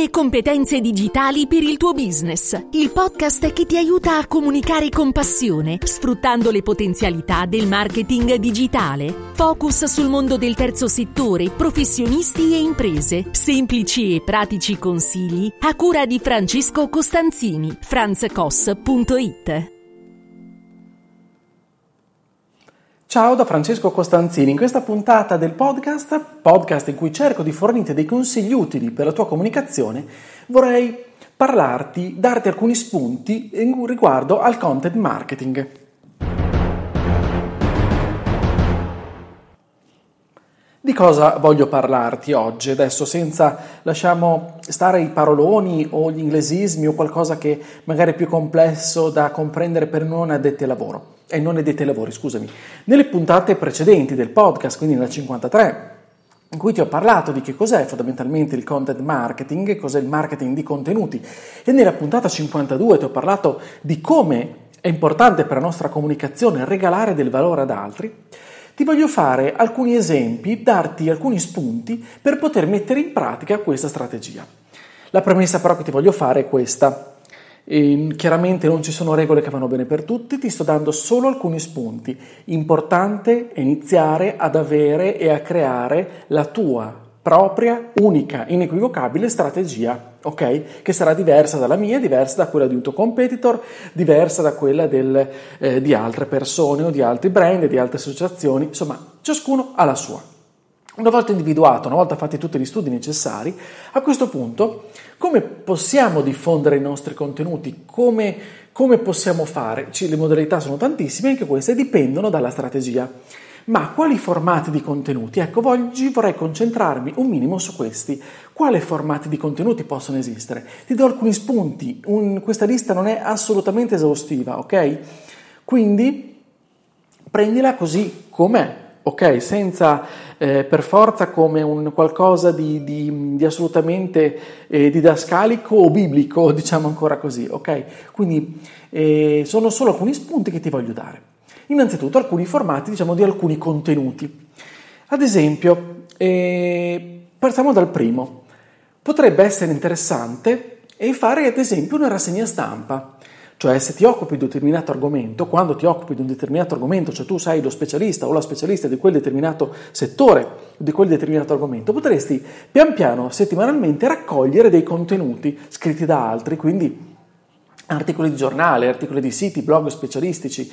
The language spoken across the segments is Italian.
e competenze digitali per il tuo business. Il podcast che ti aiuta a comunicare con passione, sfruttando le potenzialità del marketing digitale. Focus sul mondo del terzo settore, professionisti e imprese. Semplici e pratici consigli a cura di Francesco Costanzini, franzcos.it. Ciao da Francesco Costanzini. In questa puntata del podcast in cui cerco di fornirti dei consigli utili per la tua comunicazione, vorrei darti alcuni spunti riguardo al content marketing. Di cosa voglio parlarti oggi? Adesso lasciamo stare i paroloni o gli inglesismi o qualcosa che magari è più complesso da comprendere per non addetti ai lavori. Nelle puntate precedenti del podcast, quindi nella 53, in cui ti ho parlato di che cos'è fondamentalmente il content marketing, cos'è il marketing di contenuti, e nella puntata 52 ti ho parlato di come è importante per la nostra comunicazione regalare del valore ad altri, ti voglio fare alcuni esempi, darti alcuni spunti per poter mettere in pratica questa strategia. La premessa però che ti voglio fare è questa. Chiaramente non ci sono regole che vanno bene per tutti, ti sto dando solo alcuni spunti. Importante è iniziare ad avere e a creare la tua propria, unica, inequivocabile strategia, ok? Che sarà diversa dalla mia, diversa da quella di un tuo competitor, diversa da quella di altre persone o di altri brand, di altre associazioni, insomma, ciascuno ha la sua. Una volta individuato, una volta fatti tutti gli studi necessari, a questo punto come possiamo diffondere i nostri contenuti? Come possiamo fare? Le modalità sono tantissime, anche queste dipendono dalla strategia. Ma quali formati di contenuti? Ecco, oggi vorrei concentrarmi un minimo su questi. Quali formati di contenuti possono esistere? Ti do alcuni spunti, questa lista non è assolutamente esaustiva, ok? Quindi prendila così com'è, ok? Senza per forza come un qualcosa di assolutamente didascalico o biblico, diciamo ancora così, ok? Quindi sono solo alcuni spunti che ti voglio dare. Innanzitutto alcuni formati, di alcuni contenuti. Ad esempio, partiamo dal primo. Potrebbe essere interessante fare ad esempio una rassegna stampa. Cioè, se ti occupi di un determinato argomento, quando ti occupi di un determinato argomento, cioè tu sei lo specialista o la specialista di quel determinato settore, di quel determinato argomento, potresti pian piano, settimanalmente, raccogliere dei contenuti scritti da altri, quindi articoli di giornale, articoli di siti, blog specialistici,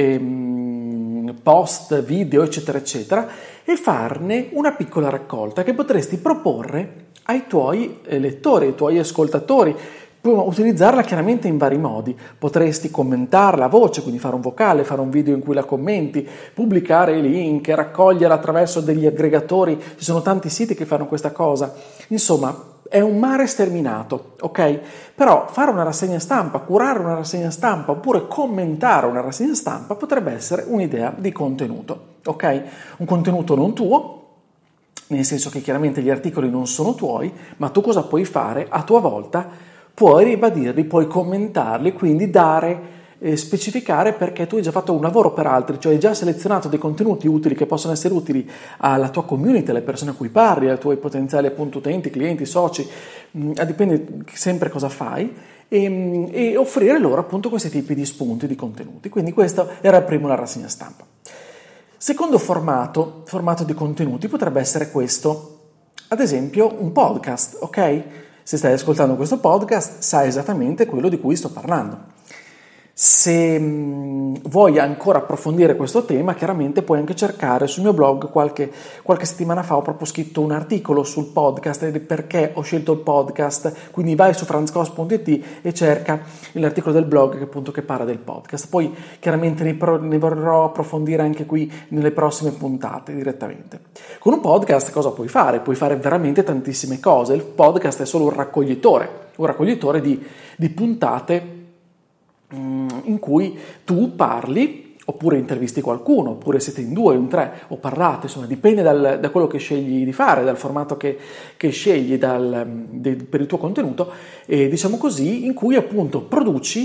post, video, eccetera, eccetera, e farne una piccola raccolta che potresti proporre ai tuoi lettori, ai tuoi ascoltatori. Puoi utilizzarla chiaramente in vari modi. Potresti commentarla a voce, quindi fare un vocale, fare un video in cui la commenti, pubblicare i link, raccoglierla attraverso degli aggregatori. Ci sono tanti siti che fanno questa cosa. Insomma, è un mare sterminato, ok? Però fare una rassegna stampa, curare una rassegna stampa oppure commentare una rassegna stampa potrebbe essere un'idea di contenuto, ok? Un contenuto non tuo, nel senso che chiaramente gli articoli non sono tuoi, ma tu cosa puoi fare? A tua volta puoi ribadirli, puoi commentarli, quindi specificare perché tu hai già fatto un lavoro per altri, cioè hai già selezionato dei contenuti utili che possono essere utili alla tua community, alle persone a cui parli, ai tuoi potenziali appunto utenti, clienti, soci, dipende sempre cosa fai, e offrire loro appunto questi tipi di spunti di contenuti. Quindi questo era il primo, la rassegna stampa. Secondo formato di contenuti potrebbe essere questo, ad esempio un podcast, ok? Se stai ascoltando questo podcast sai esattamente quello di cui sto parlando. Se vuoi ancora approfondire questo tema, chiaramente puoi anche cercare sul mio blog. Qualche settimana fa ho proprio scritto un articolo sul podcast e perché ho scelto il podcast, quindi vai su franzcos.it e cerca l'articolo del blog che parla del podcast. Poi chiaramente ne vorrò approfondire anche qui nelle prossime puntate direttamente. Con un podcast cosa puoi fare? Puoi fare veramente tantissime cose. Il podcast è solo un raccoglitore di puntate in cui tu parli oppure intervisti qualcuno, oppure siete in 2 o in 3 o parlate, insomma dipende da quello che scegli di fare, dal formato che scegli per il tuo contenuto, diciamo così, in cui appunto produci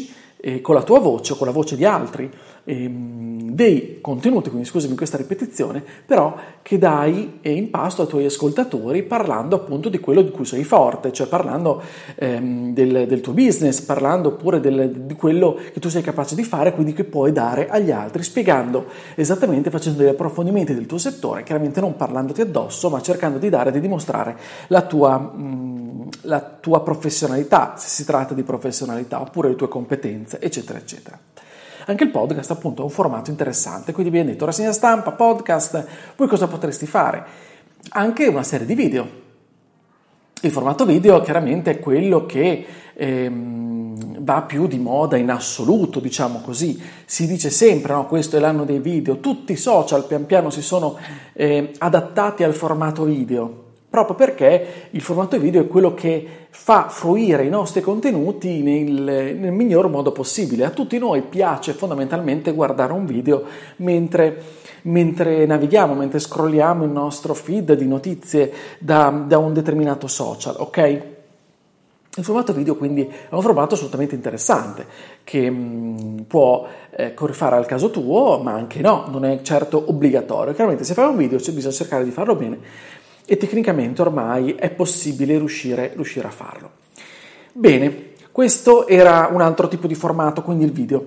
con la tua voce o con la voce di altri dei contenuti, quindi scusami questa ripetizione, però che dai in pasto ai tuoi ascoltatori parlando appunto di quello di cui sei forte, cioè parlando del tuo business, parlando pure di quello che tu sei capace di fare, quindi che puoi dare agli altri, spiegando esattamente, facendo degli approfondimenti del tuo settore, chiaramente non parlandoti addosso, ma cercando di dare, di dimostrare la tua professionalità, se si tratta di professionalità, oppure le tue competenze, eccetera, eccetera. Anche il podcast appunto è un formato interessante, quindi abbiamo detto rassegna stampa, podcast, poi cosa potresti fare? Anche una serie di video. Il formato video chiaramente è quello che va più di moda in assoluto, diciamo così. Si dice sempre, no? Questo è l'anno dei video, tutti i social pian piano si sono adattati al formato video, proprio perché il formato video è quello che fa fruire i nostri contenuti nel miglior modo possibile. A tutti noi piace fondamentalmente guardare un video mentre navighiamo, mentre scrolliamo il nostro feed di notizie da un determinato social, ok? Il formato video quindi è un formato assolutamente interessante che può corrispondere al caso tuo, ma anche no, non è certo obbligatorio. Chiaramente se fai un video bisogna cercare di farlo bene e tecnicamente ormai è possibile riuscire a farlo. Bene, questo era un altro tipo di formato, quindi il video.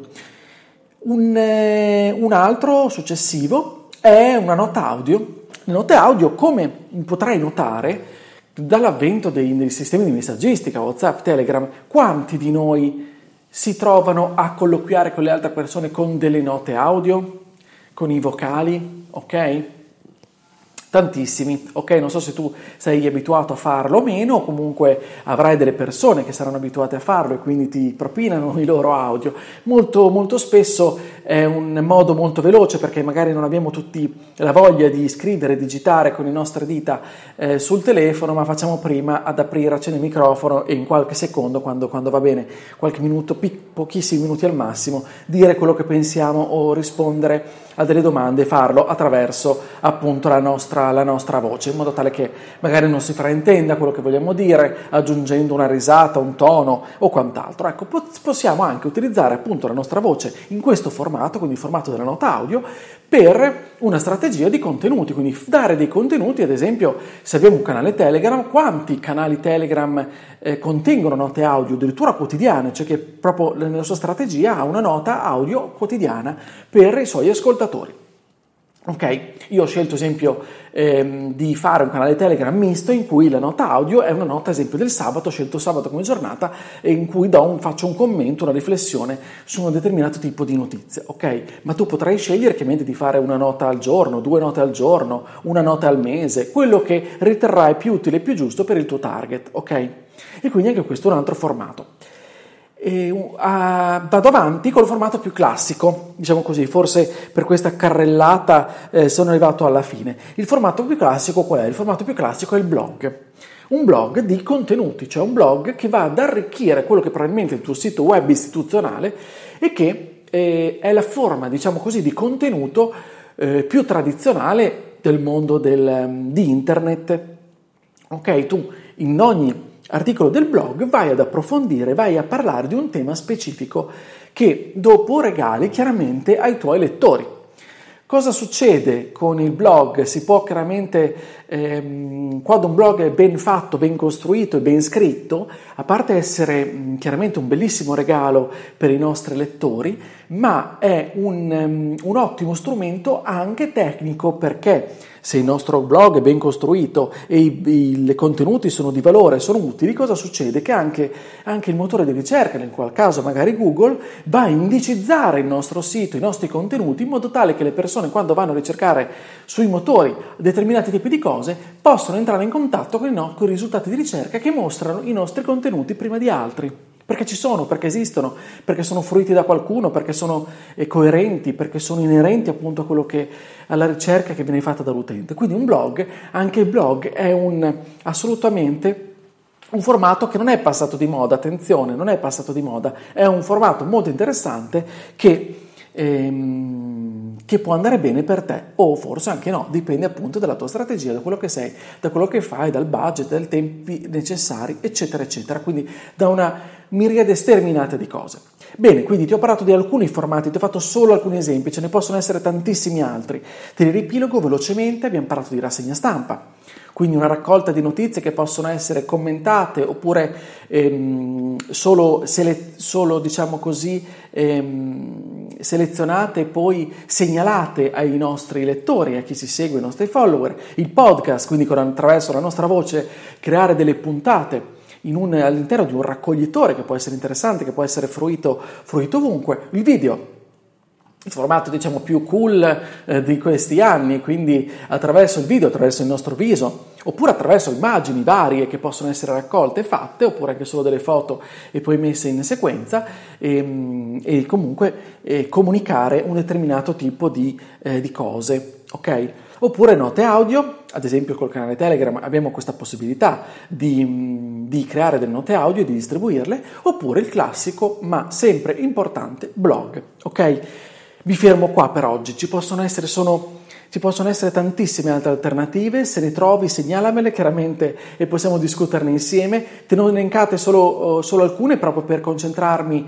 Un altro successivo è una nota audio. Le note audio, come potrai notare, dall'avvento dei sistemi di messaggistica, WhatsApp, Telegram, quanti di noi si trovano a colloquiare con le altre persone con delle note audio, con i vocali, ok? Tantissimi, ok? Non so se tu sei abituato a farlo o meno, o comunque avrai delle persone che saranno abituate a farlo e quindi ti propinano i loro audio. Molto, molto spesso è un modo molto veloce perché magari non abbiamo tutti la voglia di scrivere, digitare con le nostre dita sul telefono, ma facciamo prima ad aprire, accendere il microfono e in qualche secondo, quando va bene, qualche minuto, pochissimi minuti al massimo, dire quello che pensiamo o rispondere a delle domande, farlo attraverso appunto la nostra voce, in modo tale che magari non si fraintenda quello che vogliamo dire, aggiungendo una risata, un tono o quant'altro. Ecco, possiamo anche utilizzare appunto la nostra voce in questo formato, quindi il formato della nota audio, per una strategia di contenuti, quindi dare dei contenuti, ad esempio se abbiamo un canale Telegram, quanti canali Telegram contengono note audio addirittura quotidiane, cioè che proprio nella sua strategia ha una nota audio quotidiana per i suoi ascoltatori. Ok, io ho scelto esempio di fare un canale Telegram misto in cui la nota audio è una nota esempio del sabato, ho scelto sabato come giornata e in cui faccio un commento, una riflessione su un determinato tipo di notizie, ok? Ma tu potrai scegliere chiaramente di fare una nota al giorno, 2 note al giorno, una nota al mese, quello che riterrai più utile e più giusto per il tuo target, ok? E quindi anche questo è un altro formato. Vado avanti col formato più classico, diciamo così, forse per questa carrellata sono arrivato alla fine. Il formato più classico qual è? Il formato più classico è il blog. Un blog di contenuti, cioè un blog che va ad arricchire quello che probabilmente è il tuo sito web istituzionale e che è la forma, diciamo così, di contenuto più tradizionale del mondo di internet. Ok, tu in ogni articolo del blog vai ad approfondire, vai a parlare di un tema specifico che dopo regali chiaramente ai tuoi lettori. Cosa succede con il blog? Si può chiaramente, quando un blog è ben fatto, ben costruito e ben scritto, a parte essere chiaramente un bellissimo regalo per i nostri lettori, ma è un ottimo strumento anche tecnico, perché se il nostro blog è ben costruito e i contenuti sono di valore, sono utili, cosa succede? Che anche il motore di ricerca, nel qual caso magari Google, va a indicizzare il nostro sito, i nostri contenuti, in modo tale che le persone quando vanno a ricercare sui motori determinati tipi di cose possono entrare in contatto con i risultati di ricerca che mostrano i nostri contenuti prima di altri. Perché ci sono, perché esistono, perché sono fruiti da qualcuno, perché sono coerenti, perché sono inerenti appunto a quello alla ricerca che viene fatta dall'utente. Quindi un blog, anche il blog è assolutamente un formato che non è passato di moda, attenzione, non è passato di moda, è un formato molto interessante che può andare bene per te, o forse anche no, dipende appunto dalla tua strategia, da quello che sei, da quello che fai, dal budget, dai tempi necessari, eccetera, eccetera. Quindi da una miriade sterminate di cose. Bene, quindi ti ho parlato di alcuni formati, ti ho fatto solo alcuni esempi, ce ne possono essere tantissimi altri. Te li riepilogo velocemente. Abbiamo parlato di rassegna stampa, quindi una raccolta di notizie che possono essere commentate oppure solo diciamo così, selezionate e poi segnalate ai nostri lettori, a chi ci segue, ai nostri follower. Il podcast, quindi attraverso la nostra voce creare delle puntate all'interno di un raccoglitore che può essere interessante, che può essere fruito ovunque. Il video, il formato diciamo più cool di questi anni, quindi attraverso il video, attraverso il nostro viso, oppure attraverso immagini varie che possono essere raccolte e fatte, oppure anche solo delle foto e poi messe in sequenza, e comunque comunicare un determinato tipo di cose, ok? Oppure note audio, ad esempio col canale Telegram abbiamo questa possibilità di creare delle note audio e di distribuirle, oppure il classico ma sempre importante blog, ok? Vi fermo qua per oggi, ci possono essere tantissime altre alternative, se ne trovi segnalamele chiaramente e possiamo discuterne insieme. Te ne ho elencate solo alcune proprio per concentrarmi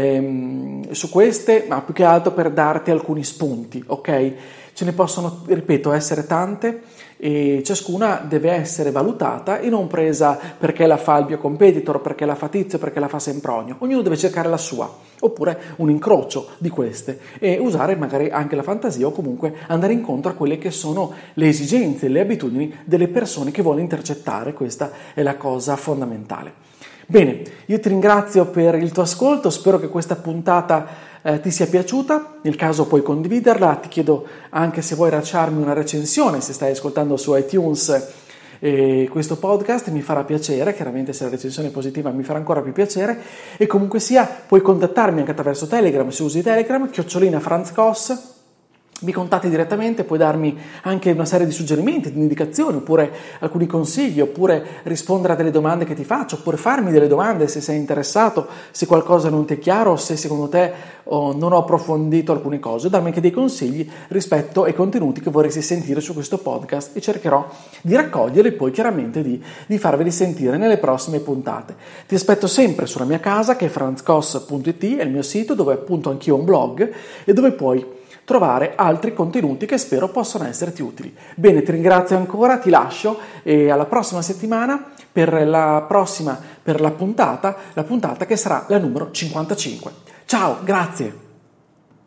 su queste, ma più che altro per darti alcuni spunti, ok? Ce ne possono, ripeto, essere tante e ciascuna deve essere valutata e non presa perché la fa il mio competitor, perché la fa Tizio, perché la fa Sempronio. Ognuno deve cercare la sua, oppure un incrocio di queste e usare magari anche la fantasia o comunque andare incontro a quelle che sono le esigenze, le abitudini delle persone che vuole intercettare. Questa è la cosa fondamentale. Bene, io ti ringrazio per il tuo ascolto, spero che questa puntata ti sia piaciuta, nel caso puoi condividerla, ti chiedo anche se vuoi lasciarmi una recensione se stai ascoltando su iTunes questo podcast, mi farà piacere, chiaramente se la recensione è positiva mi farà ancora più piacere, e comunque sia puoi contattarmi anche attraverso Telegram, se usi Telegram, @FranzCos. Mi contatti direttamente, puoi darmi anche una serie di suggerimenti, di indicazioni, oppure alcuni consigli, oppure rispondere a delle domande che ti faccio, oppure farmi delle domande se sei interessato, se qualcosa non ti è chiaro, se secondo te non ho approfondito alcune cose, darmi anche dei consigli rispetto ai contenuti che vorresti sentire su questo podcast e cercherò di raccoglierli e poi chiaramente di farveli sentire nelle prossime puntate. Ti aspetto sempre sulla mia casa che è franzcos.it, è il mio sito dove appunto anch'io ho un blog e dove puoi trovare altri contenuti che spero possano esserti utili. Bene, ti ringrazio ancora, ti lascio e alla prossima settimana per la puntata che sarà la numero 55. Ciao, grazie!